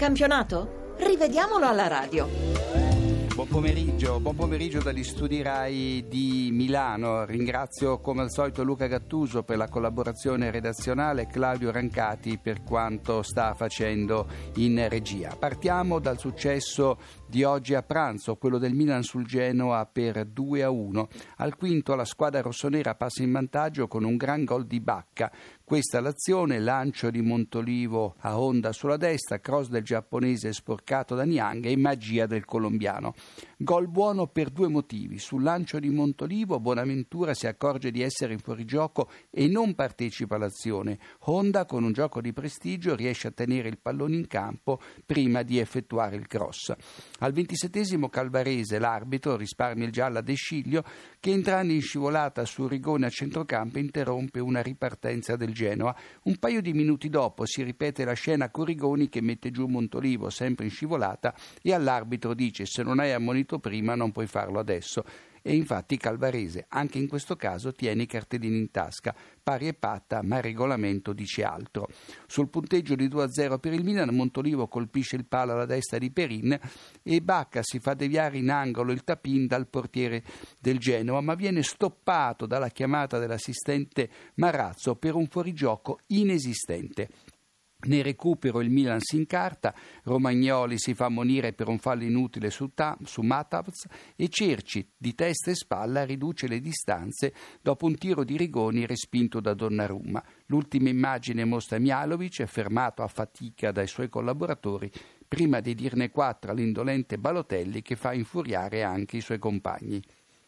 campionato? Rivediamolo alla radio. Buon pomeriggio dagli studi RAI di Milano. Ringrazio come al solito Luca Gattuso per la collaborazione redazionale e Claudio Rancati per quanto sta facendo in regia. Partiamo dal successo di oggi a pranzo, quello del Milan sul Genoa per 2-1. Al quinto la squadra rossonera passa in vantaggio con un gran gol di Bacca. Questa l'azione, lancio di Montolivo a Honda sulla destra, cross del giapponese sporcato da Niang e magia del colombiano. Gol buono per due motivi. Sul lancio di Montolivo Bonaventura si accorge di essere in fuorigioco e non partecipa all'azione. Honda con un gioco di prestigio riesce a tenere il pallone in campo prima di effettuare il cross. Al 27esimo Calvarese l'arbitro risparmia il giallo a De Sciglio che entrando in scivolata sul rigone a centrocampo interrompe una ripartenza del Genoa. Un paio di minuti dopo si ripete la scena con Rigoni che mette giù Montolivo sempre in scivolata e all'arbitro dice: se non hai ammonito prima non puoi farlo adesso. E infatti Calvarese anche in questo caso tiene i cartellini in tasca, pari e patta, ma il regolamento dice altro. Sul punteggio di 2-0 per il Milan Montolivo colpisce il palo alla destra di Perin e Bacca si fa deviare in angolo il tap-in dal portiere del Genoa, ma viene stoppato dalla chiamata dell'assistente Marazzo per un fuorigioco inesistente. Nel recupero il Milan si incarta, Romagnoli si fa ammonire per un fallo inutile su Matavz e Cerci di testa e spalla riduce le distanze dopo un tiro di Rigoni respinto da Donnarumma. L'ultima immagine mostra Mihajlovic fermato a fatica dai suoi collaboratori prima di dirne 4 all'indolente Balotelli che fa infuriare anche i suoi compagni.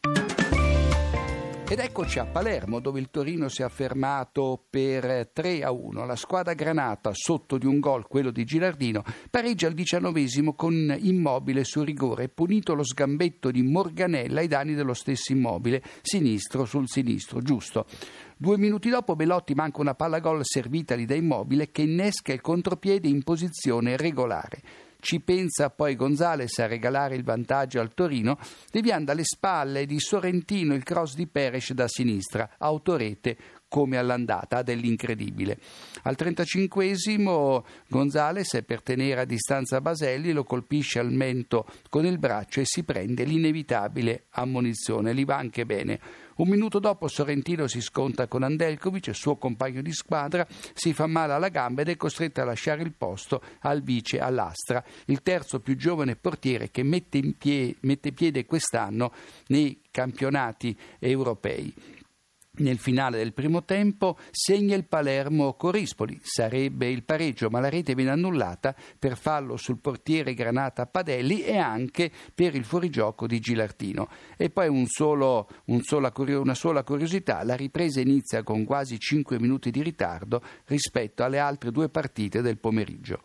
Ed eccoci a Palermo dove il Torino si è affermato per 3-1. La squadra granata sotto di un gol, quello di Gilardino, pareggia al 19esimo con Immobile su rigore, punito lo sgambetto di Morganella ai danni dello stesso Immobile, sinistro sul sinistro, giusto. 2 minuti dopo Belotti manca una palla gol servitagli da Immobile che innesca il contropiede in posizione regolare. Ci pensa poi Gonzales a regalare il vantaggio al Torino, deviando alle spalle di Sorrentino il cross di Peres da sinistra, autorete come all'andata dell'incredibile. Al 35esimo Gonzales per tenere a distanza Baselli lo colpisce al mento con il braccio e si prende l'inevitabile ammonizione, gli va anche bene. Un minuto dopo Sorrentino si scontra con Andelkovic, suo compagno di squadra, si fa male alla gamba ed è costretto a lasciare il posto al vice Allastra, il terzo più giovane portiere che mette piede quest'anno nei campionati europei. Nel finale del primo tempo segna il Palermo Corispoli, sarebbe il pareggio ma la rete viene annullata per fallo sul portiere Granata Padelli e anche per il fuorigioco di Gilardino. E poi una sola curiosità, la ripresa inizia con quasi 5 minuti di ritardo rispetto alle altre 2 partite del pomeriggio.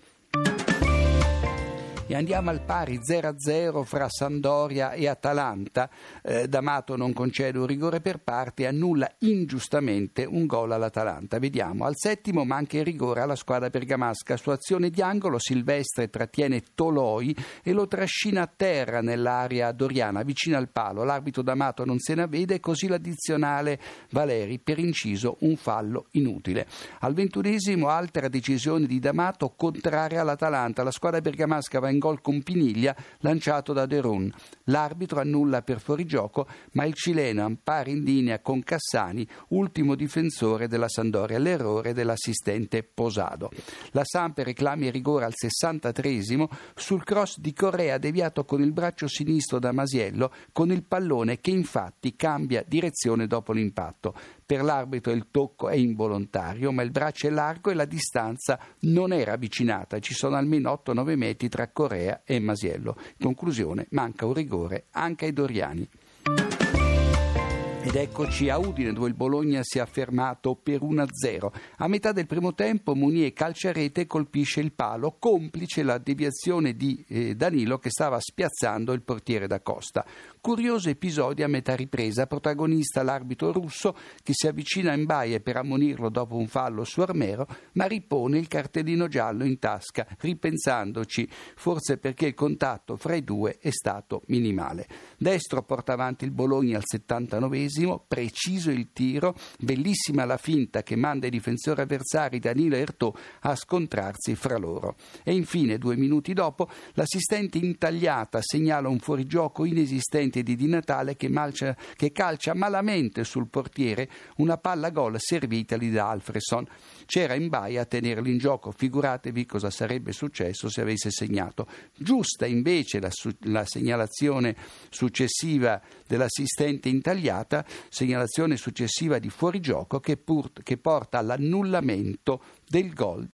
E andiamo al pari 0-0 fra Sampdoria e Atalanta. D'Amato non concede un rigore per parte e annulla ingiustamente un gol all'Atalanta. Vediamo, al 7° manca il rigore alla squadra bergamasca. Su azione di angolo Silvestre trattiene Toloi e lo trascina a terra nell'area doriana vicino al palo. L'arbitro D'Amato non se ne avvede, così l'addizionale Valeri per inciso un fallo inutile. Al 21esimo altra decisione di D'Amato contraria all'Atalanta. La squadra bergamasca va in gol con Piniglia lanciato da De Roon. L'arbitro annulla per fuorigioco, ma il cileno appare in linea con Cassani, ultimo difensore della Sampdoria, l'errore dell'assistente Posado. La Samp reclama il rigore al 63esimo sul cross di Correa deviato con il braccio sinistro da Masiello, con il pallone che infatti cambia direzione dopo l'impatto. Per l'arbitro il tocco è involontario, ma il braccio è largo e la distanza non era avvicinata. Ci sono almeno 8-9 metri tra Correa e Masiello. In conclusione, manca un rigore anche ai doriani. Ed eccoci a Udine dove il Bologna si è affermato per 1-0. A metà del primo tempo Mounier calcia a rete e colpisce il palo, complice la deviazione di Danilo che stava spiazzando il portiere da Costa. Curioso episodio a metà ripresa, protagonista l'arbitro russo che si avvicina a Mbaye per ammonirlo dopo un fallo su Armero, ma ripone il cartellino giallo in tasca, ripensandoci, forse perché il contatto fra i due è stato minimale. Destro porta avanti il Bologna al 79esimo, 20°, preciso il tiro, bellissima la finta che manda i difensori avversari Danilo e Ertò a scontrarsi fra loro. E infine, 2 minuti dopo, l'assistente intagliata segnala un fuorigioco inesistente di Di Natale che calcia malamente sul portiere una palla gol servitagli da Alfredson. C'era Mbaye a tenerli in gioco, figuratevi cosa sarebbe successo se avesse segnato. Giusta invece la segnalazione successiva dell'assistente intagliata, segnalazione successiva di fuorigioco che porta all'annullamento del gol